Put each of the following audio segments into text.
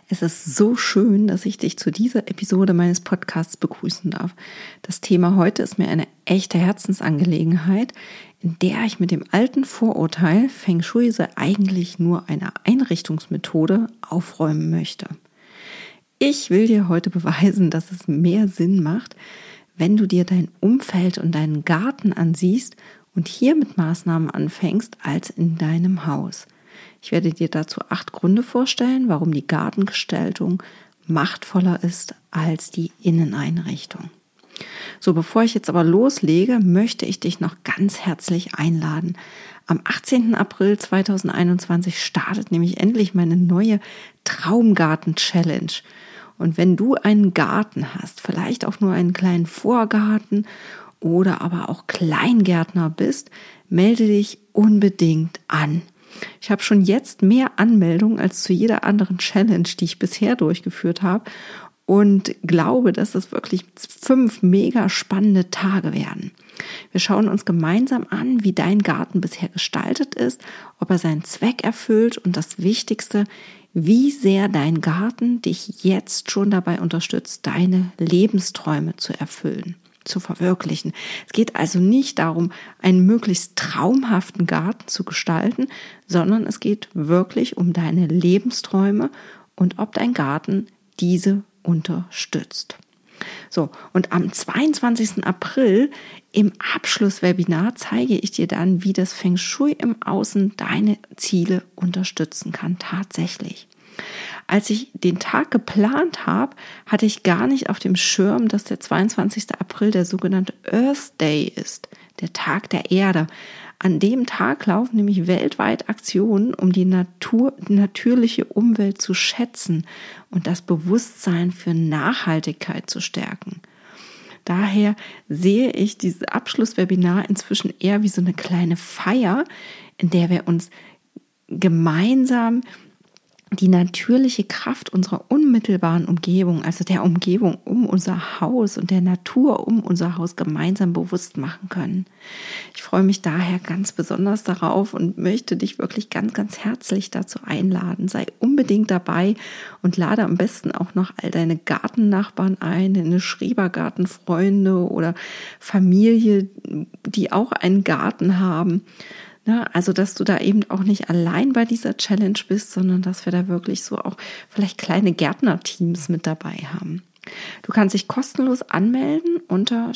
Es ist so schön, dass ich dich zu dieser Episode meines Podcasts begrüßen darf. Das Thema heute ist mir eine echte Herzensangelegenheit, in der ich mit dem alten Vorurteil, Feng Shui sei eigentlich nur eine Einrichtungsmethode, aufräumen möchte. Ich will dir heute beweisen, dass es mehr Sinn macht, wenn du dir dein Umfeld und deinen Garten ansiehst und hier mit Maßnahmen anfängst, als in deinem Haus. Ich werde dir dazu 8 Gründe vorstellen, warum die Gartengestaltung machtvoller ist als die Inneneinrichtung. So, bevor ich jetzt aber loslege, möchte ich dich noch ganz herzlich einladen. Am 18. April 2021 startet nämlich endlich meine neue Traumgarten-Challenge. Und wenn du einen Garten hast, vielleicht auch nur einen kleinen Vorgarten oder aber auch Kleingärtner bist, melde dich unbedingt an. Ich habe schon jetzt mehr Anmeldungen als zu jeder anderen Challenge, die ich bisher durchgeführt habe und glaube, dass es wirklich 5 mega spannende Tage werden. Wir schauen uns gemeinsam an, wie dein Garten bisher gestaltet ist, ob er seinen Zweck erfüllt und das Wichtigste, wie sehr dein Garten dich jetzt schon dabei unterstützt, deine Lebensträume zu erfüllen, zu verwirklichen. Es geht also nicht darum, einen möglichst traumhaften Garten zu gestalten, sondern es geht wirklich um deine Lebensträume und ob dein Garten diese unterstützt. So, und am 22. April im Abschlusswebinar zeige ich dir dann, wie das Feng Shui im Außen deine Ziele unterstützen kann, tatsächlich. Als ich den Tag geplant habe, hatte ich gar nicht auf dem Schirm, dass der 22. April der sogenannte Earth Day ist, der Tag der Erde. An dem Tag laufen nämlich weltweit Aktionen, um die natürliche Umwelt zu schätzen und das Bewusstsein für Nachhaltigkeit zu stärken. Daher sehe ich dieses Abschlusswebinar inzwischen eher wie so eine kleine Feier, in der wir uns gemeinsam die natürliche Kraft unserer unmittelbaren Umgebung, also der Umgebung um unser Haus und der Natur um unser Haus gemeinsam bewusst machen können. Ich freue mich daher ganz besonders darauf und möchte dich wirklich ganz, ganz herzlich dazu einladen. Sei unbedingt dabei und lade am besten auch noch all deine Gartennachbarn ein, deine Schrebergartenfreunde oder Familie, die auch einen Garten haben. Also, dass du da eben auch nicht allein bei dieser Challenge bist, sondern dass wir da wirklich so auch vielleicht kleine Gärtnerteams mit dabei haben. Du kannst dich kostenlos anmelden unter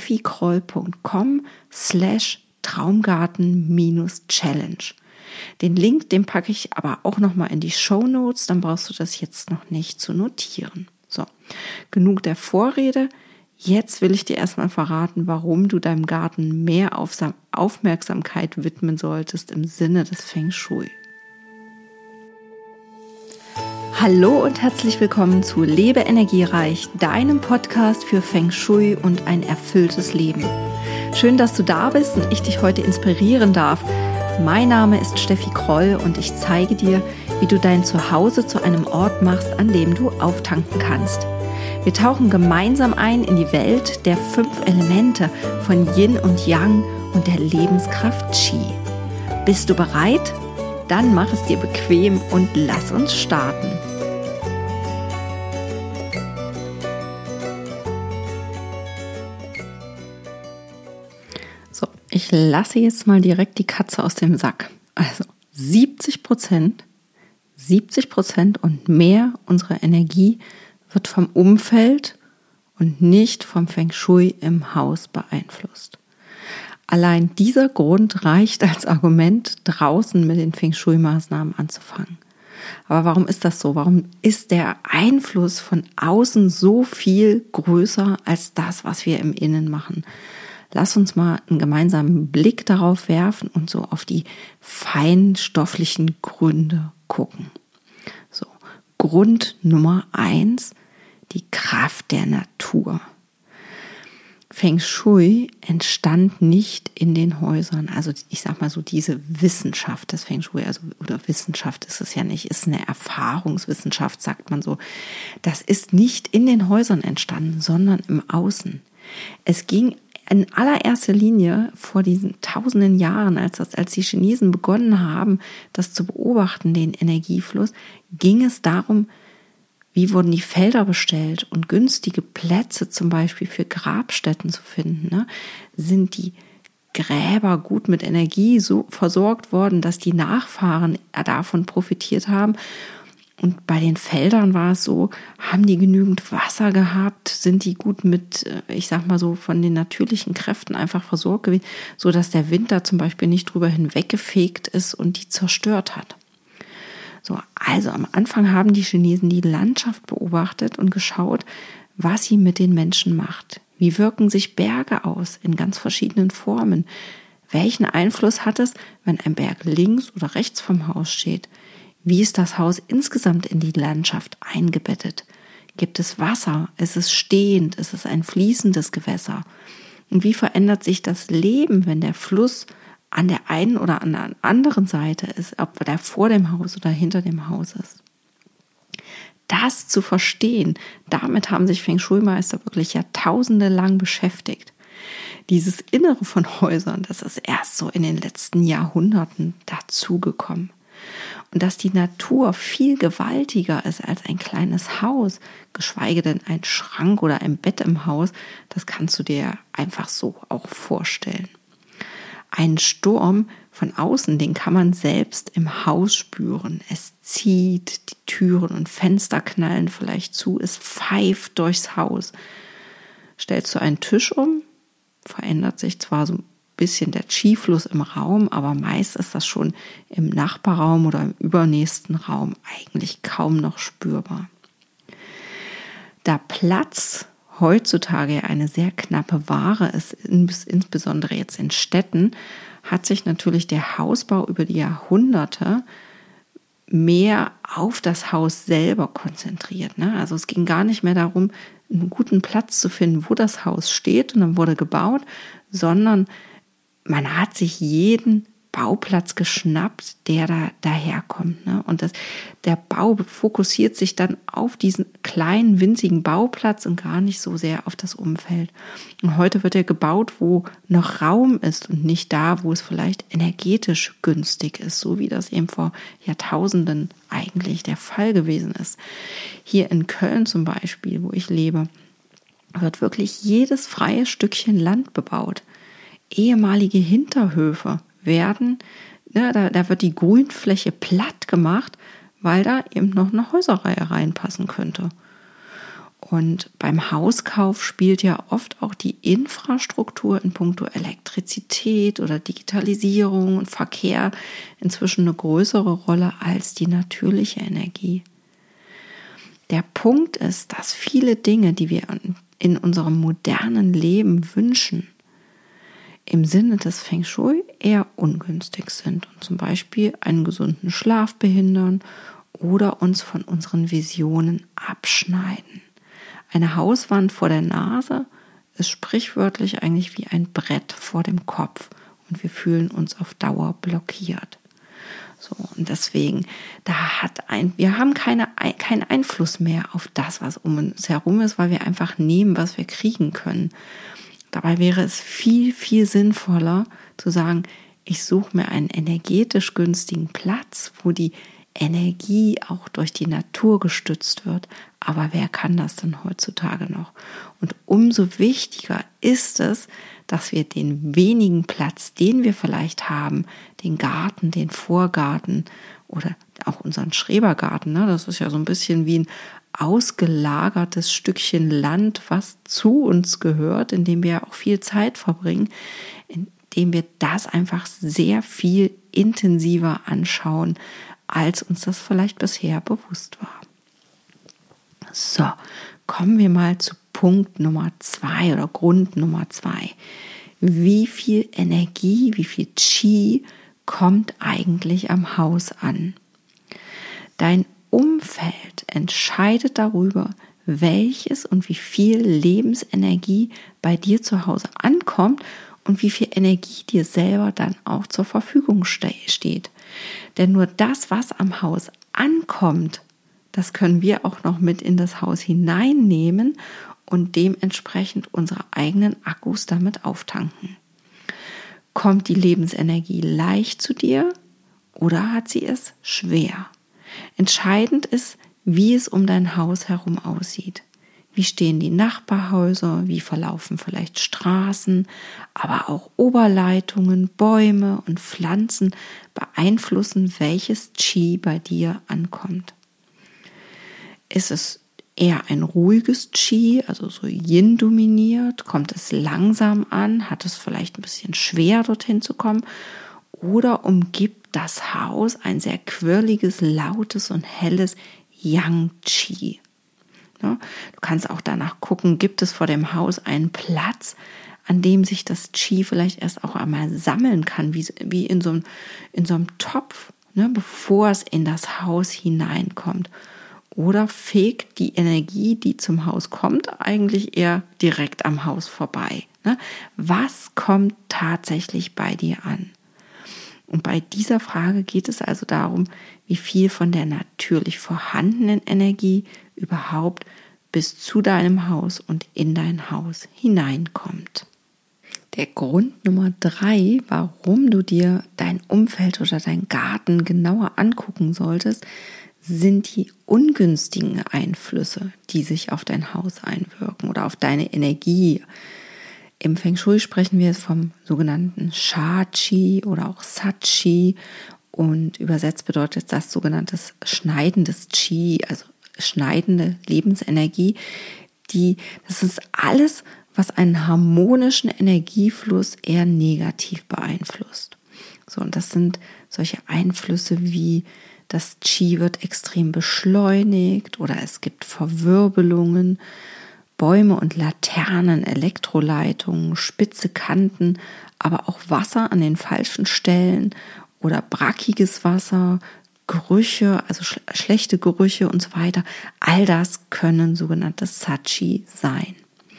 steffikroll.com/Traumgarten-Challenge. Den Link, den packe ich aber auch nochmal in die Shownotes, dann brauchst du das jetzt noch nicht zu notieren. So, genug der Vorrede. Jetzt will ich dir erstmal verraten, warum du deinem Garten mehr Aufmerksamkeit widmen solltest im Sinne des Feng Shui. Hallo und herzlich willkommen zu Lebe energiereich, deinem Podcast für Feng Shui und ein erfülltes Leben. Schön, dass du da bist und ich dich heute inspirieren darf. Mein Name ist Steffi Kroll und ich zeige dir, wie du dein Zuhause zu einem Ort machst, an dem du auftanken kannst. Wir tauchen gemeinsam ein in die Welt der 5 Elemente von Yin und Yang und der Lebenskraft Qi. Bist du bereit? Dann mach es dir bequem und lass uns starten. So, ich lasse jetzt mal direkt die Katze aus dem Sack. Also 70% und mehr unserer Energie wird vom Umfeld und nicht vom Feng Shui im Haus beeinflusst. Allein dieser Grund reicht als Argument, draußen mit den Feng Shui-Maßnahmen anzufangen. Aber warum ist das so? Warum ist der Einfluss von außen so viel größer als das, was wir im Innen machen? Lass uns mal einen gemeinsamen Blick darauf werfen und so auf die feinstofflichen Gründe gucken. So, Grund Nummer 1: die Kraft der Natur. Feng Shui entstand nicht in den Häusern, also ich sag mal so diese Wissenschaft des Feng Shui, also oder Wissenschaft ist es ja nicht, ist eine Erfahrungswissenschaft, sagt man so. Das ist nicht in den Häusern entstanden, sondern im Außen. Es ging in allererster Linie vor diesen tausenden Jahren, als die Chinesen begonnen haben, das zu beobachten, den Energiefluss, ging es darum, Wie wurden die Felder bestellt und günstige Plätze zum Beispiel für Grabstätten zu finden? Ne? Sind die Gräber gut mit Energie so versorgt worden, dass die Nachfahren davon profitiert haben? Und bei den Feldern war es so, haben die genügend Wasser gehabt? Sind die gut mit, ich sag mal so, von den natürlichen Kräften einfach versorgt gewesen, sodass der Winter zum Beispiel nicht drüber hinweggefegt ist und die zerstört hat? So, also am Anfang haben die Chinesen die Landschaft beobachtet und geschaut, was sie mit den Menschen macht. Wie wirken sich Berge aus in ganz verschiedenen Formen? Welchen Einfluss hat es, wenn ein Berg links oder rechts vom Haus steht? Wie ist das Haus insgesamt in die Landschaft eingebettet? Gibt es Wasser? Ist es stehend? Ist es ein fließendes Gewässer? Und wie verändert sich das Leben, wenn der Fluss an der einen oder an der anderen Seite ist, ob der vor dem Haus oder hinter dem Haus ist? Das zu verstehen, damit haben sich Feng Shui-Meister wirklich Jahrtausende lang beschäftigt. Dieses Innere von Häusern, das ist erst so in den letzten Jahrhunderten dazugekommen. Und dass die Natur viel gewaltiger ist als ein kleines Haus, geschweige denn ein Schrank oder ein Bett im Haus, das kannst du dir einfach so auch vorstellen. Ein Sturm von außen, den kann man selbst im Haus spüren. Es zieht, die Türen und Fenster knallen vielleicht zu, es pfeift durchs Haus. Stellst du einen Tisch um, verändert sich zwar so ein bisschen der Qi-Fluss im Raum, aber meist ist das schon im Nachbarraum oder im übernächsten Raum eigentlich kaum noch spürbar. Da Platz heutzutage eine sehr knappe Ware ist, insbesondere jetzt in Städten, hat sich natürlich der Hausbau über die Jahrhunderte mehr auf das Haus selber konzentriert. Ne? Also es ging gar nicht mehr darum, einen guten Platz zu finden, wo das Haus steht und dann wurde gebaut, sondern man hat sich jeden Bauplatz geschnappt, der da daherkommt. Ne? Und der Bau fokussiert sich dann auf diesen kleinen, winzigen Bauplatz und gar nicht so sehr auf das Umfeld. Und heute wird er gebaut, wo noch Raum ist und nicht da, wo es vielleicht energetisch günstig ist, so wie das eben vor Jahrtausenden eigentlich der Fall gewesen ist. Hier in Köln zum Beispiel, wo ich lebe, wird wirklich jedes freie Stückchen Land bebaut. Ehemalige Hinterhöfe werden, da wird die Grünfläche platt gemacht, weil da eben noch eine Häuserreihe reinpassen könnte. Und beim Hauskauf spielt ja oft auch die Infrastruktur in puncto Elektrizität oder Digitalisierung und Verkehr inzwischen eine größere Rolle als die natürliche Energie. Der Punkt ist, dass viele Dinge, die wir in unserem modernen Leben wünschen, im Sinne des Feng Shui eher ungünstig sind und zum Beispiel einen gesunden Schlaf behindern oder uns von unseren Visionen abschneiden. Eine Hauswand vor der Nase ist sprichwörtlich eigentlich wie ein Brett vor dem Kopf und wir fühlen uns auf Dauer blockiert. So, und deswegen, wir haben keinen Einfluss mehr auf das, was um uns herum ist, weil wir einfach nehmen, was wir kriegen können. Dabei wäre es viel, viel sinnvoller zu sagen, ich suche mir einen energetisch günstigen Platz, wo die Energie auch durch die Natur gestützt wird. Aber wer kann das denn heutzutage noch? Und umso wichtiger ist es, dass wir den wenigen Platz, den wir vielleicht haben, den Garten, den Vorgarten oder auch unseren Schrebergarten, das ist ja so ein bisschen wie ein ausgelagertes Stückchen Land, was zu uns gehört, in dem wir auch viel Zeit verbringen, indem wir das einfach sehr viel intensiver anschauen, als uns das vielleicht bisher bewusst war. So, kommen wir mal zu Punkt Nummer 2 oder Grund Nummer 2. Wie viel Energie, wie viel Qi kommt eigentlich am Haus an? Dein Umfeld entscheidet darüber, welches und wie viel Lebensenergie bei dir zu Hause ankommt und wie viel Energie dir selber dann auch zur Verfügung steht. Denn nur das, was am Haus ankommt, das können wir auch noch mit in das Haus hineinnehmen und dementsprechend unsere eigenen Akkus damit auftanken. Kommt die Lebensenergie leicht zu dir oder hat sie es schwer? Entscheidend ist, wie es um dein Haus herum aussieht. Wie stehen die Nachbarhäuser, wie verlaufen vielleicht Straßen, aber auch Oberleitungen, Bäume und Pflanzen beeinflussen, welches Qi bei dir ankommt. Ist es eher ein ruhiges Qi, also so Yin dominiert, kommt es langsam an, hat es vielleicht ein bisschen schwer dorthin zu kommen oder umgibt das Haus ein sehr quirliges, lautes und helles Yang Qi. Du kannst auch danach gucken, gibt es vor dem Haus einen Platz, an dem sich das Qi vielleicht erst auch einmal sammeln kann, wie in so einem Topf, bevor es in das Haus hineinkommt. Oder fegt die Energie, die zum Haus kommt, eigentlich eher direkt am Haus vorbei. Was kommt tatsächlich bei dir an? Und bei dieser Frage geht es also darum, wie viel von der natürlich vorhandenen Energie überhaupt bis zu deinem Haus und in dein Haus hineinkommt. Der Grund Nummer 3, warum du dir dein Umfeld oder deinen Garten genauer angucken solltest, sind die ungünstigen Einflüsse, die sich auf dein Haus einwirken oder auf deine Energie. Im Feng Shui sprechen wir vom sogenannten Sha-Qi oder auch Sat-Qi und übersetzt bedeutet das sogenanntes schneidendes Qi, also schneidende Lebensenergie. Das ist alles, was einen harmonischen Energiefluss eher negativ beeinflusst. So, und das sind solche Einflüsse wie das Qi wird extrem beschleunigt oder es gibt Verwirbelungen, Bäume und Laternen, Elektroleitungen, spitze Kanten, aber auch Wasser an den falschen Stellen oder brackiges Wasser, Gerüche, also schlechte Gerüche und so weiter. All das können sogenannte Sat-Qi sein.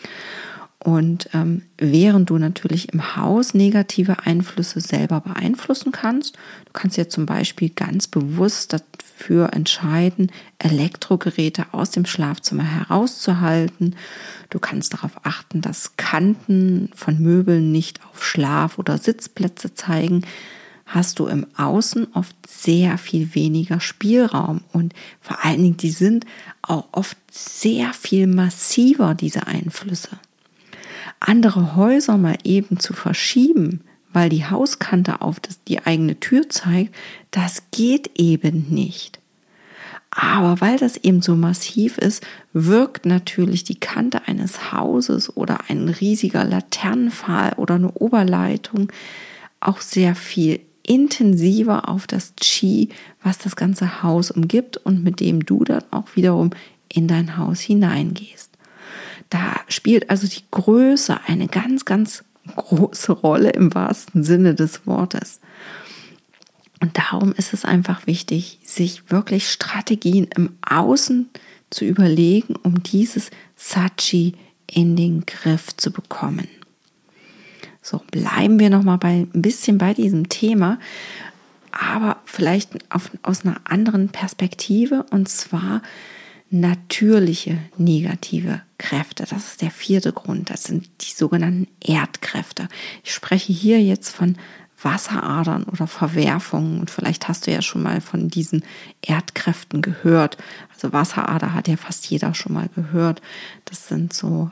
Und während du natürlich im Haus negative Einflüsse selber beeinflussen kannst, du kannst ja zum Beispiel ganz bewusst dafür entscheiden, Elektrogeräte aus dem Schlafzimmer herauszuhalten. Du kannst darauf achten, dass Kanten von Möbeln nicht auf Schlaf- oder Sitzplätze zeigen. Hast du im Außen oft sehr viel weniger Spielraum und vor allen Dingen, die sind auch oft sehr viel massiver, diese Einflüsse. Andere Häuser mal eben zu verschieben, weil die Hauskante auf die eigene Tür zeigt, das geht eben nicht. Aber weil das eben so massiv ist, wirkt natürlich die Kante eines Hauses oder ein riesiger Laternenpfahl oder eine Oberleitung auch sehr viel intensiver auf das Qi, was das ganze Haus umgibt und mit dem du dann auch wiederum in dein Haus hineingehst. Da spielt also die Größe eine ganz, ganz große Rolle im wahrsten Sinne des Wortes. Und darum ist es einfach wichtig, sich wirklich Strategien im Außen zu überlegen, um dieses Sat-Qi in den Griff zu bekommen. So, bleiben wir nochmal ein bisschen bei diesem Thema, aber vielleicht aus einer anderen Perspektive, und zwar natürliche negative Kräfte. Das ist der 4. Grund. Das sind die sogenannten Erdkräfte. Ich spreche hier jetzt von Wasseradern oder Verwerfungen und vielleicht hast du ja schon mal von diesen Erdkräften gehört. Also Wasserader hat ja fast jeder schon mal gehört. Das sind so,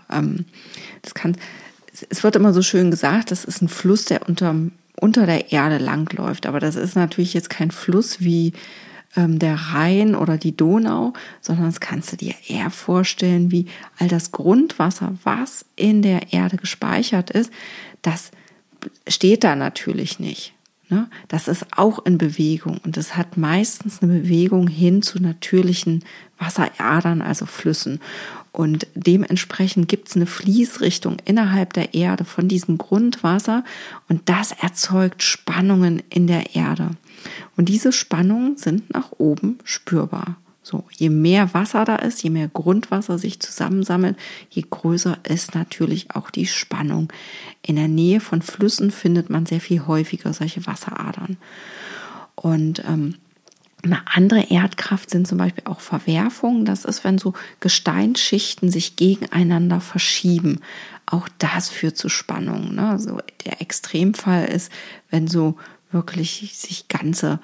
es wird immer so schön gesagt, das ist ein Fluss, der unter der Erde langläuft. Aber das ist natürlich jetzt kein Fluss wie der Rhein oder die Donau, sondern das kannst du dir eher vorstellen, wie all das Grundwasser, was in der Erde gespeichert ist, das steht da natürlich nicht. Das ist auch in Bewegung und es hat meistens eine Bewegung hin zu natürlichen Wasseradern, also Flüssen. Und dementsprechend gibt es eine Fließrichtung innerhalb der Erde von diesem Grundwasser und das erzeugt Spannungen in der Erde. Und diese Spannungen sind nach oben spürbar. So, je mehr Wasser da ist, je mehr Grundwasser sich zusammensammelt, je größer ist natürlich auch die Spannung. In der Nähe von Flüssen findet man sehr viel häufiger solche Wasseradern. Und eine andere Erdkraft sind zum Beispiel auch Verwerfungen. Das ist, wenn so Gesteinsschichten sich gegeneinander verschieben. Auch das führt zu Spannungen. Also der Extremfall ist, wenn so wirklich sich ganze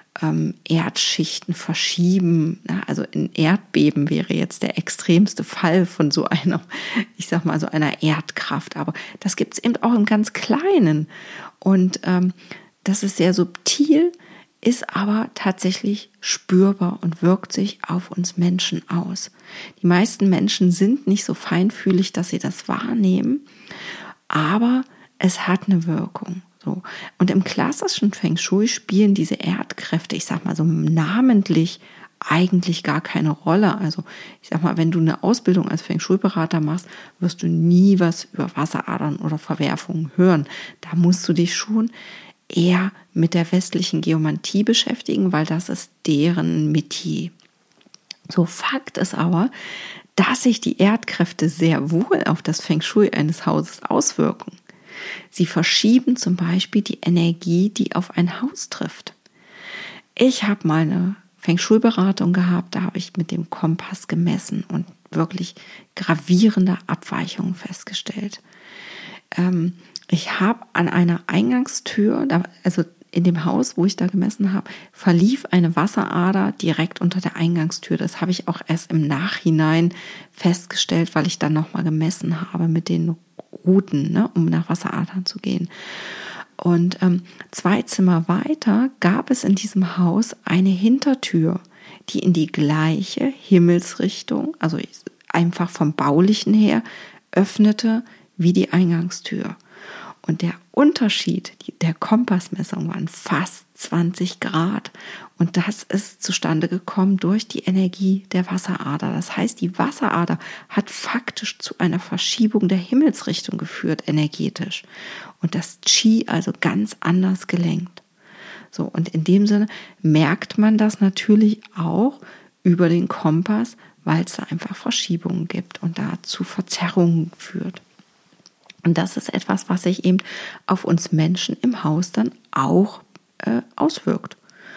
Erdschichten verschieben. Also ein Erdbeben wäre jetzt der extremste Fall von so einer, ich sag mal, so einer Erdkraft. Aber das gibt es eben auch im ganz Kleinen. Und das ist sehr subtil, ist aber tatsächlich spürbar und wirkt sich auf uns Menschen aus. Die meisten Menschen sind nicht so feinfühlig, dass sie das wahrnehmen, aber es hat eine Wirkung. So. Und im klassischen Feng Shui spielen diese Erdkräfte, ich sag mal so namentlich, eigentlich gar keine Rolle. Also ich sag mal, wenn du eine Ausbildung als Feng Shui-Berater machst, wirst du nie was über Wasseradern oder Verwerfungen hören. Da musst du dich schon eher mit der westlichen Geomantie beschäftigen, weil das ist deren Metier. So, Fakt ist aber, dass sich die Erdkräfte sehr wohl auf das Feng Shui eines Hauses auswirken. Sie verschieben zum Beispiel die Energie, die auf ein Haus trifft. Ich habe mal eine Feng Shui-Beratung gehabt, da habe ich mit dem Kompass gemessen und wirklich gravierende Abweichungen festgestellt. Ich habe an einer Eingangstür, also in dem Haus, wo ich da gemessen habe, verlief eine Wasserader direkt unter der Eingangstür. Das habe ich auch erst im Nachhinein festgestellt, weil ich dann nochmal gemessen habe mit den Routen, um nach Wasseradern zu gehen. Und 2 Zimmer weiter gab es in diesem Haus eine Hintertür, die in die gleiche Himmelsrichtung, also einfach vom Baulichen her, öffnete wie die Eingangstür. Und der Unterschied der Kompassmessung waren fast 20 Grad. Und das ist zustande gekommen durch die Energie der Wasserader. Das heißt, die Wasserader hat faktisch zu einer Verschiebung der Himmelsrichtung geführt, energetisch. Und das Qi also ganz anders gelenkt. So, und in dem Sinne merkt man das natürlich auch über den Kompass, weil es da einfach Verschiebungen gibt und da zu Verzerrungen führt. Und das ist etwas, was sich eben auf uns Menschen im Haus dann auch auswirkt.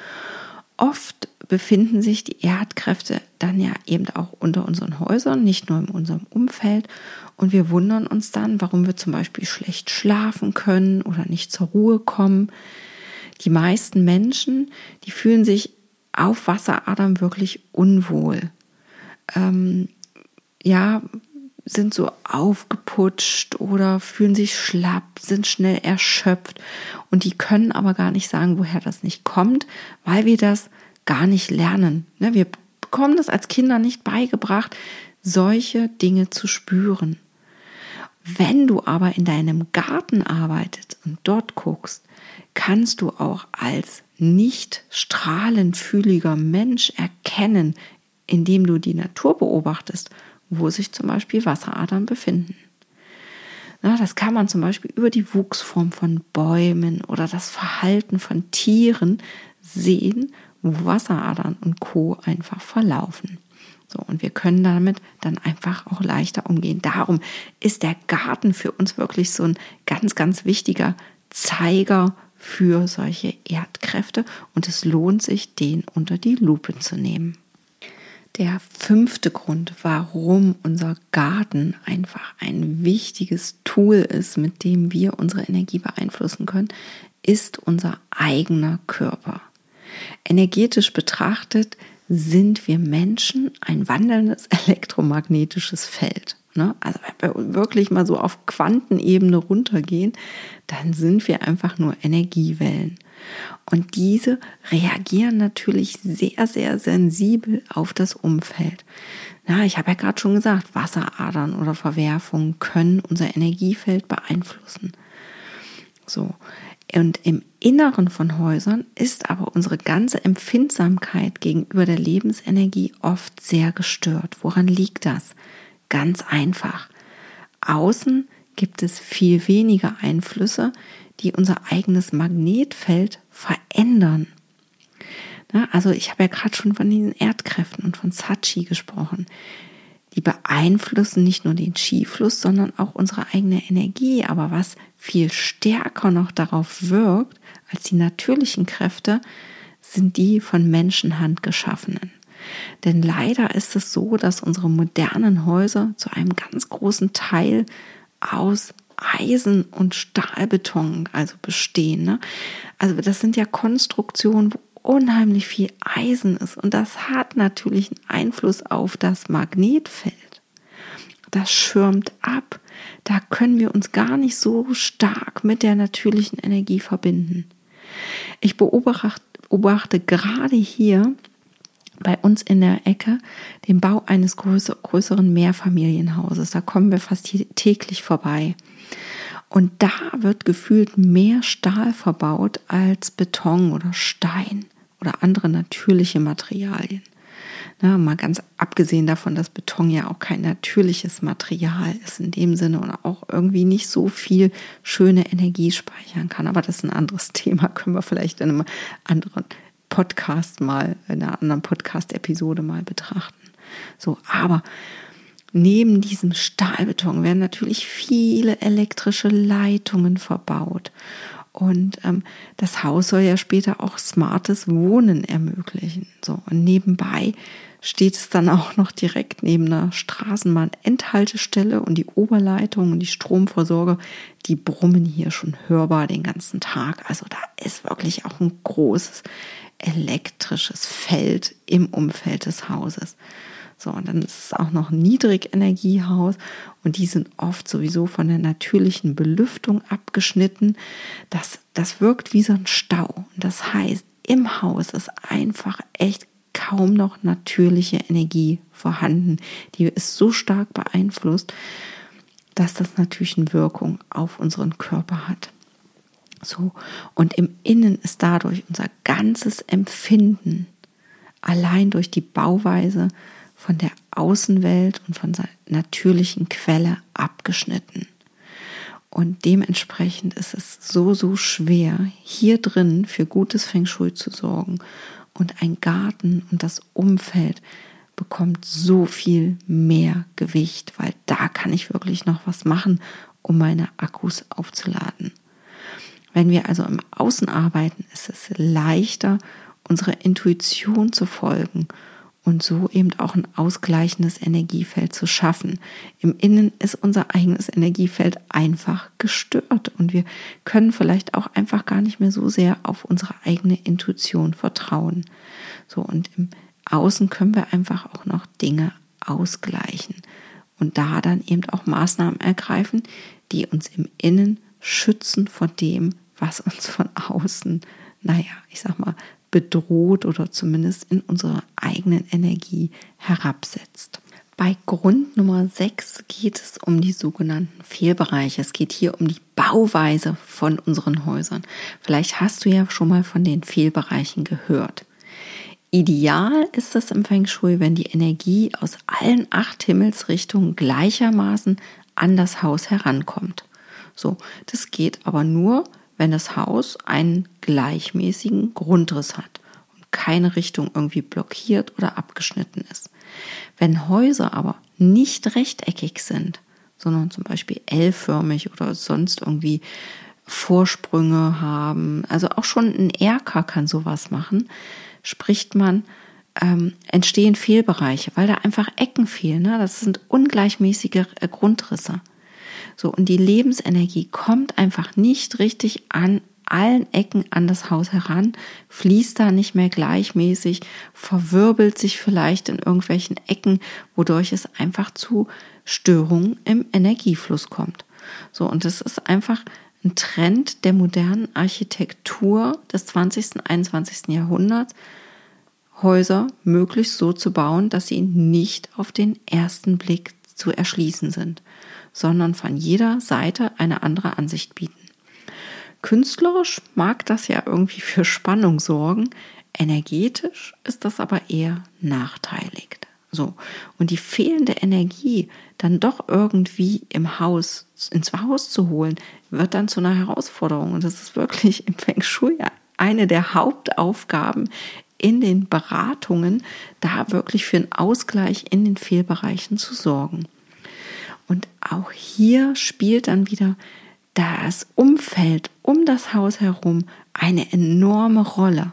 Oft befinden sich die Erdkräfte dann ja eben auch unter unseren Häusern, nicht nur in unserem Umfeld. Und wir wundern uns dann, warum wir zum Beispiel schlecht schlafen können oder nicht zur Ruhe kommen. Die meisten Menschen, die fühlen sich auf Wasseradern wirklich unwohl. Sind so aufgeputscht oder fühlen sich schlapp, sind schnell erschöpft und die können aber gar nicht sagen, woher das nicht kommt, weil wir das gar nicht lernen. Wir bekommen das als Kinder nicht beigebracht, solche Dinge zu spüren. Wenn du aber in deinem Garten arbeitest und dort guckst, kannst du auch als nicht strahlenfühliger Mensch erkennen, indem du die Natur beobachtest, wo sich zum Beispiel Wasseradern befinden. Das kann man zum Beispiel über die Wuchsform von Bäumen oder das Verhalten von Tieren sehen, wo Wasseradern und Co. einfach verlaufen. So, und wir können damit dann einfach auch leichter umgehen. Darum ist der Garten für uns wirklich so ein ganz, ganz wichtiger Zeiger für solche Erdkräfte und es lohnt sich, den unter die Lupe zu nehmen. Der 5. Grund, warum unser Garten einfach ein wichtiges Tool ist, mit dem wir unsere Energie beeinflussen können, ist unser eigener Körper. Energetisch betrachtet sind wir Menschen ein wandelndes elektromagnetisches Feld. Also wenn wir wirklich mal so auf Quantenebene runtergehen, dann sind wir einfach nur Energiewellen. Und diese reagieren natürlich sehr, sehr sensibel auf das Umfeld. Ich habe ja gerade schon gesagt, Wasseradern oder Verwerfungen können unser Energiefeld beeinflussen. So. Und im Inneren von Häusern ist aber unsere ganze Empfindsamkeit gegenüber der Lebensenergie oft sehr gestört. Woran liegt das? Ganz einfach. Außen gibt es viel weniger Einflüsse, die unser eigenes Magnetfeld verändern. Also ich habe ja gerade schon von den Erdkräften und von Sachi gesprochen. Die beeinflussen nicht nur den Qi-Fluss, sondern auch unsere eigene Energie. Aber was viel stärker noch darauf wirkt als die natürlichen Kräfte, sind die von Menschenhand geschaffenen. Denn leider ist es so, dass unsere modernen Häuser zu einem ganz großen Teil aus Eisen und Stahlbeton bestehen. Also das sind ja Konstruktionen, wo unheimlich viel Eisen ist und das hat natürlich einen Einfluss auf das Magnetfeld. Das schirmt ab. Da können wir uns gar nicht so stark mit der natürlichen Energie verbinden. Ich beobachte gerade hier bei uns in der Ecke den Bau eines größeren Mehrfamilienhauses. Da kommen wir fast täglich vorbei. Und da wird gefühlt mehr Stahl verbaut als Beton oder Stein oder andere natürliche Materialien. Na, mal ganz abgesehen davon, dass Beton ja auch kein natürliches Material ist in dem Sinne und auch irgendwie nicht so viel schöne Energie speichern kann. Aber das ist ein anderes Thema, können wir vielleicht in einem anderen Podcast mal, in einer anderen Podcast-Episode mal betrachten. So, aber neben diesem Stahlbeton werden natürlich viele elektrische Leitungen verbaut. Und das Haus soll ja später auch smartes Wohnen ermöglichen. So, und nebenbei steht es dann auch noch direkt neben einer Straßenbahn-Endhaltestelle und die Oberleitung und die Stromversorger, die brummen hier schon hörbar den ganzen Tag. Also da ist wirklich auch ein großes elektrisches Feld im Umfeld des Hauses. So, und dann ist es auch noch ein Niedrigenergiehaus und die sind oft sowieso von der natürlichen Belüftung abgeschnitten. Das wirkt wie so ein Stau. Und das heißt, im Haus ist einfach echt kaum noch natürliche Energie vorhanden. Die ist so stark beeinflusst, dass das natürlich eine Wirkung auf unseren Körper hat. So, und im Innen ist dadurch unser ganzes Empfinden allein durch die Bauweise von der Außenwelt und von seiner natürlichen Quelle abgeschnitten. Und dementsprechend ist es so schwer, hier drin für gutes Feng Shui zu sorgen. Und ein Garten und das Umfeld bekommt so viel mehr Gewicht, weil da kann ich wirklich noch was machen, um meine Akkus aufzuladen. Wenn wir also im Außen arbeiten, ist es leichter, unserer Intuition zu folgen und so eben auch ein ausgleichendes Energiefeld zu schaffen. Im Innen ist unser eigenes Energiefeld einfach gestört und wir können vielleicht auch einfach gar nicht mehr so sehr auf unsere eigene Intuition vertrauen. So, und im Außen können wir einfach auch noch Dinge ausgleichen und da dann eben auch Maßnahmen ergreifen, die uns im Innen schützen vor dem, was uns von außen, bedroht oder zumindest in unserer eigenen Energie herabsetzt. Bei Grund Nummer 6 geht es um die sogenannten Fehlbereiche. Es geht hier um die Bauweise von unseren Häusern. Vielleicht hast du ja schon mal von den Fehlbereichen gehört. Ideal ist es im Feng Shui, wenn die Energie aus allen 8 Himmelsrichtungen gleichermaßen an das Haus herankommt. So, das geht aber nur, wenn das Haus einen gleichmäßigen Grundriss hat und keine Richtung irgendwie blockiert oder abgeschnitten ist. Wenn Häuser aber nicht rechteckig sind, sondern zum Beispiel L-förmig oder sonst irgendwie Vorsprünge haben, also auch schon ein Erker kann sowas machen, spricht man, entstehen Fehlbereiche, weil da einfach Ecken fehlen. Ne? Das sind ungleichmäßige Grundrisse. So, und die Lebensenergie kommt einfach nicht richtig an allen Ecken an das Haus heran, fließt da nicht mehr gleichmäßig, verwirbelt sich vielleicht in irgendwelchen Ecken, wodurch es einfach zu Störungen im Energiefluss kommt. So, und das ist einfach ein Trend der modernen Architektur des 20. 21. Jahrhunderts, Häuser möglichst so zu bauen, dass sie nicht auf den ersten Blick zu erschließen sind, sondern von jeder Seite eine andere Ansicht bieten. Künstlerisch mag das ja irgendwie für Spannung sorgen, energetisch ist das aber eher nachteilig. So, und die fehlende Energie dann doch irgendwie ins Haus zu holen, wird dann zu einer Herausforderung. Und das ist wirklich im Feng Shui eine der Hauptaufgaben in den Beratungen, da wirklich für einen Ausgleich in den Fehlbereichen zu sorgen. Und auch hier spielt dann wieder das Umfeld um das Haus herum eine enorme Rolle.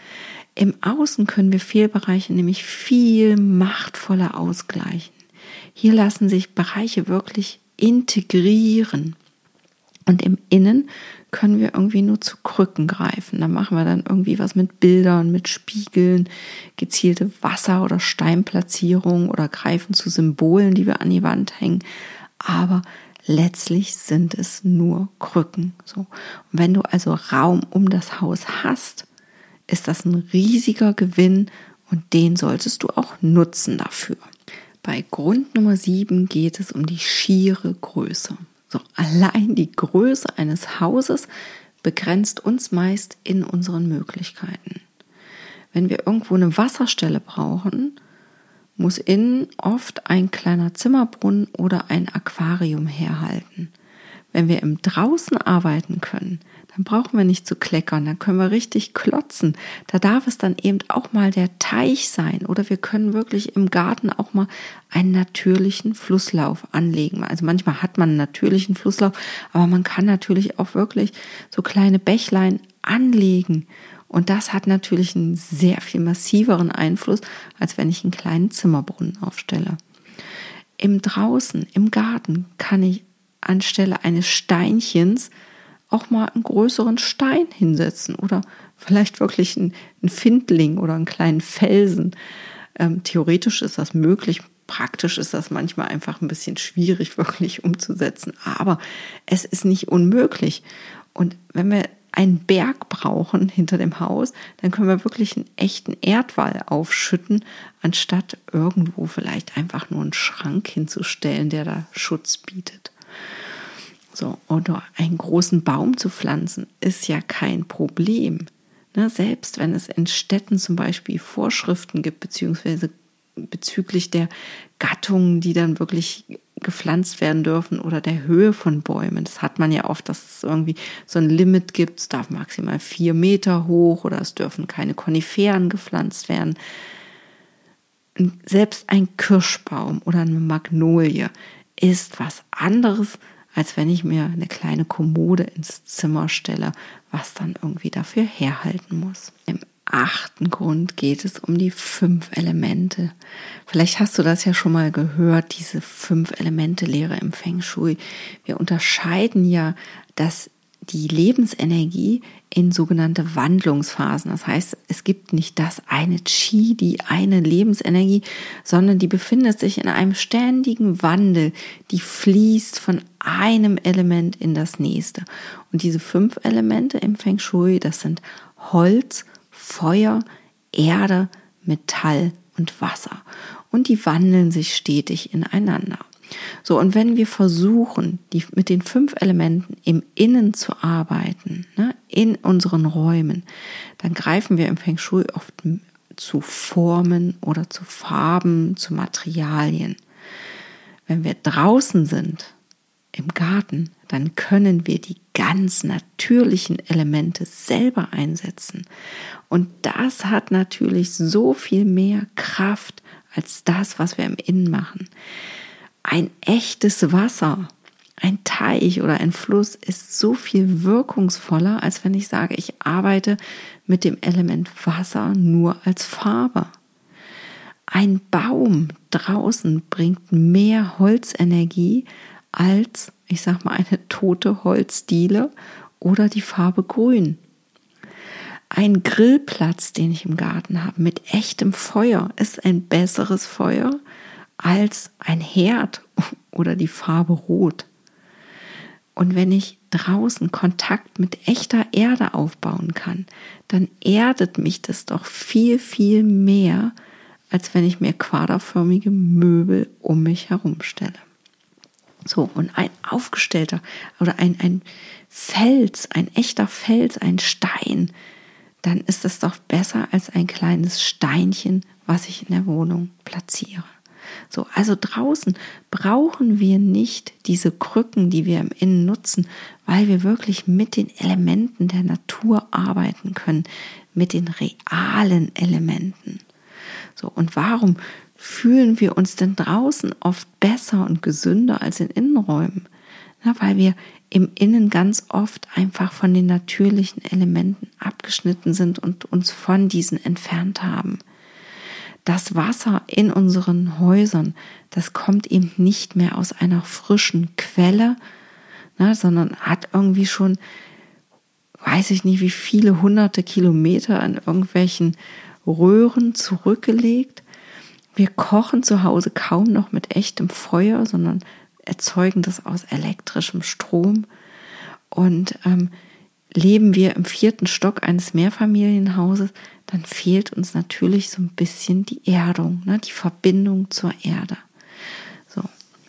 Im Außen können wir Fehlbereiche nämlich viel machtvoller ausgleichen. Hier lassen sich Bereiche wirklich integrieren. Und im Innen können wir irgendwie nur zu Krücken greifen. Da machen wir dann irgendwie was mit Bildern, mit Spiegeln, gezielte Wasser- oder Steinplatzierungen oder greifen zu Symbolen, die wir an die Wand hängen. Aber letztlich sind es nur Krücken. So. Und wenn du also Raum um das Haus hast, ist das ein riesiger Gewinn und den solltest du auch nutzen dafür. Bei Grund Nummer 7 geht es um die schiere Größe. So, allein die Größe eines Hauses begrenzt uns meist in unseren Möglichkeiten. Wenn wir irgendwo eine Wasserstelle brauchen, muss innen oft ein kleiner Zimmerbrunnen oder ein Aquarium herhalten. Wenn wir im Draußen arbeiten können, dann brauchen wir nicht zu kleckern, dann können wir richtig klotzen. Da darf es dann eben auch mal der Teich sein oder wir können wirklich im Garten auch mal einen natürlichen Flusslauf anlegen. Also manchmal hat man einen natürlichen Flusslauf, aber man kann natürlich auch wirklich so kleine Bächlein anlegen. Und das hat natürlich einen sehr viel massiveren Einfluss, als wenn ich einen kleinen Zimmerbrunnen aufstelle. Im Draußen, im Garten kann ich anstelle eines Steinchens auch mal einen größeren Stein hinsetzen oder vielleicht wirklich einen Findling oder einen kleinen Felsen. Theoretisch ist das möglich, praktisch ist das manchmal einfach ein bisschen schwierig wirklich umzusetzen, aber es ist nicht unmöglich. Und wenn wir einen Berg brauchen hinter dem Haus, dann können wir wirklich einen echten Erdwall aufschütten, anstatt irgendwo vielleicht einfach nur einen Schrank hinzustellen, der da Schutz bietet. So, oder einen großen Baum zu pflanzen, ist ja kein Problem. Ne, selbst wenn es in Städten zum Beispiel Vorschriften gibt, beziehungsweise bezüglich der Gattungen, die dann wirklich gepflanzt werden dürfen oder der Höhe von Bäumen. Das hat man ja oft, dass es irgendwie so ein Limit gibt. Es darf maximal 4 Meter hoch oder es dürfen keine Koniferen gepflanzt werden. Selbst ein Kirschbaum oder eine Magnolie ist was anderes, als wenn ich mir eine kleine Kommode ins Zimmer stelle, was dann irgendwie dafür herhalten muss. Im 8. Grund geht es um die 5 Elemente. Vielleicht hast du das ja schon mal gehört, diese 5-Elemente-Lehre im Feng Shui. Wir unterscheiden ja, dass die Lebensenergie in sogenannte Wandlungsphasen. Das heißt, es gibt nicht das eine Qi, die eine Lebensenergie, sondern die befindet sich in einem ständigen Wandel. Die fließt von einem Element in das nächste. Und diese 5 Elemente im Feng Shui, das sind Holz, Feuer, Erde, Metall und Wasser. Und die wandeln sich stetig ineinander. So, und wenn wir versuchen, mit den 5 Elementen im Innen zu arbeiten, ne, in unseren Räumen, dann greifen wir im Feng Shui oft zu Formen oder zu Farben, zu Materialien. Wenn wir draußen sind, im Garten, dann können wir die ganz natürlichen Elemente selber einsetzen. Und das hat natürlich so viel mehr Kraft als das, was wir im Innen machen. Ein echtes Wasser, ein Teich oder ein Fluss ist so viel wirkungsvoller, als wenn ich sage, ich arbeite mit dem Element Wasser nur als Farbe. Ein Baum draußen bringt mehr Holzenergie als, ich sag mal, eine tote Holzdiele oder die Farbe Grün. Ein Grillplatz, den ich im Garten habe, mit echtem Feuer, ist ein besseres Feuer als ein Herd oder die Farbe Rot. Und wenn ich draußen Kontakt mit echter Erde aufbauen kann, dann erdet mich das doch viel, viel mehr, als wenn ich mir quaderförmige Möbel um mich herum stelle. So, und ein aufgestellter oder ein Fels, ein echter Fels, ein Stein, dann ist es doch besser als ein kleines Steinchen, was ich in der Wohnung platziere. So, also draußen brauchen wir nicht diese Krücken, die wir im Innen nutzen, weil wir wirklich mit den Elementen der Natur arbeiten können, mit den realen Elementen. So, und warum fühlen wir uns denn draußen oft besser und gesünder als in Innenräumen? Na, weil wir im Innen ganz oft einfach von den natürlichen Elementen abgeschnitten sind und uns von diesen entfernt haben. Das Wasser in unseren Häusern, das kommt eben nicht mehr aus einer frischen Quelle, ne, sondern hat irgendwie schon, weiß ich nicht, wie viele hunderte Kilometer an irgendwelchen Röhren zurückgelegt. Wir kochen zu Hause kaum noch mit echtem Feuer, sondern erzeugen das aus elektrischem Strom. Und leben wir im 4. Stock eines Mehrfamilienhauses, dann fehlt uns natürlich so ein bisschen die Erdung, ne, die Verbindung zur Erde. So.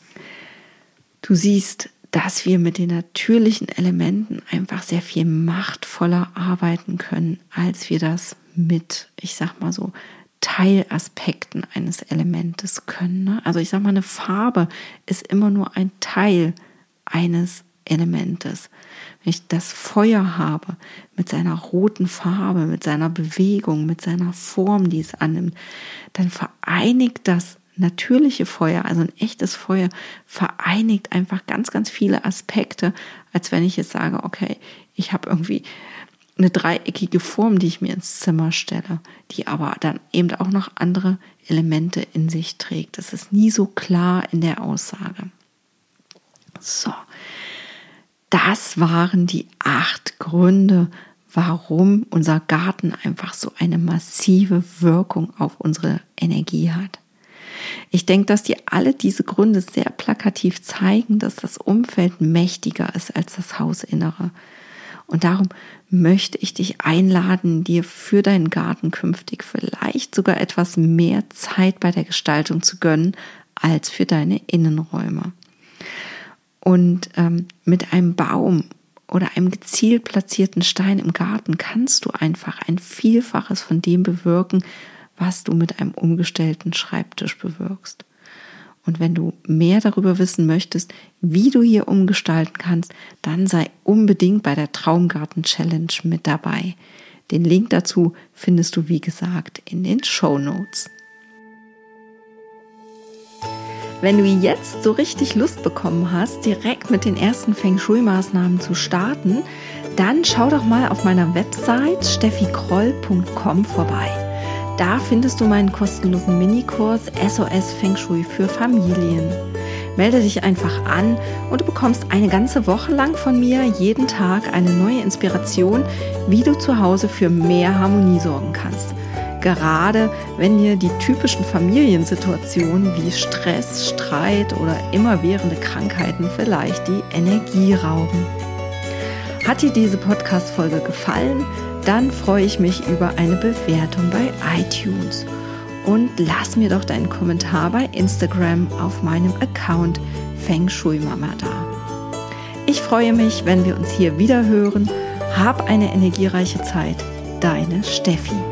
Du siehst, dass wir mit den natürlichen Elementen einfach sehr viel machtvoller arbeiten können, als wir das mit, ich sag mal so, Teilaspekten eines Elementes können. Ne? Also ich sag mal, eine Farbe ist immer nur ein Teil eines Elementes. Wenn ich das Feuer habe, mit seiner roten Farbe, mit seiner Bewegung, mit seiner Form, die es annimmt, dann vereinigt das natürliche Feuer, also ein echtes Feuer, vereinigt einfach ganz, ganz viele Aspekte, als wenn ich jetzt sage, okay, ich habe irgendwie eine dreieckige Form, die ich mir ins Zimmer stelle, die aber dann eben auch noch andere Elemente in sich trägt. Das ist nie so klar in der Aussage. So, das waren die 8 Gründe, warum unser Garten einfach so eine massive Wirkung auf unsere Energie hat. Ich denke, dass dir alle diese Gründe sehr plakativ zeigen, dass das Umfeld mächtiger ist als das Hausinnere. Und darum möchte ich dich einladen, dir für deinen Garten künftig vielleicht sogar etwas mehr Zeit bei der Gestaltung zu gönnen, als für deine Innenräume. Und mit einem Baum oder einem gezielt platzierten Stein im Garten kannst du einfach ein Vielfaches von dem bewirken, was du mit einem umgestellten Schreibtisch bewirkst. Und wenn du mehr darüber wissen möchtest, wie du hier umgestalten kannst, dann sei unbedingt bei der Traumgarten Challenge mit dabei. Den Link dazu findest du, wie gesagt, in den Shownotes. Wenn du jetzt so richtig Lust bekommen hast, direkt mit den ersten Feng Shui-Maßnahmen zu starten, dann schau doch mal auf meiner Website steffikroll.com vorbei. Da findest du meinen kostenlosen Minikurs SOS Feng Shui für Familien. Melde dich einfach an und du bekommst eine ganze Woche lang von mir jeden Tag eine neue Inspiration, wie du zu Hause für mehr Harmonie sorgen kannst. Gerade wenn dir die typischen Familiensituationen wie Stress, Streit oder immerwährende Krankheiten vielleicht die Energie rauben. Hat dir diese Podcast-Folge gefallen? Dann freue ich mich über eine Bewertung bei iTunes. Und lass mir doch deinen Kommentar bei Instagram auf meinem Account Feng Shui Mama da. Ich freue mich, wenn wir uns hier wieder hören. Hab eine energiereiche Zeit. Deine Steffi.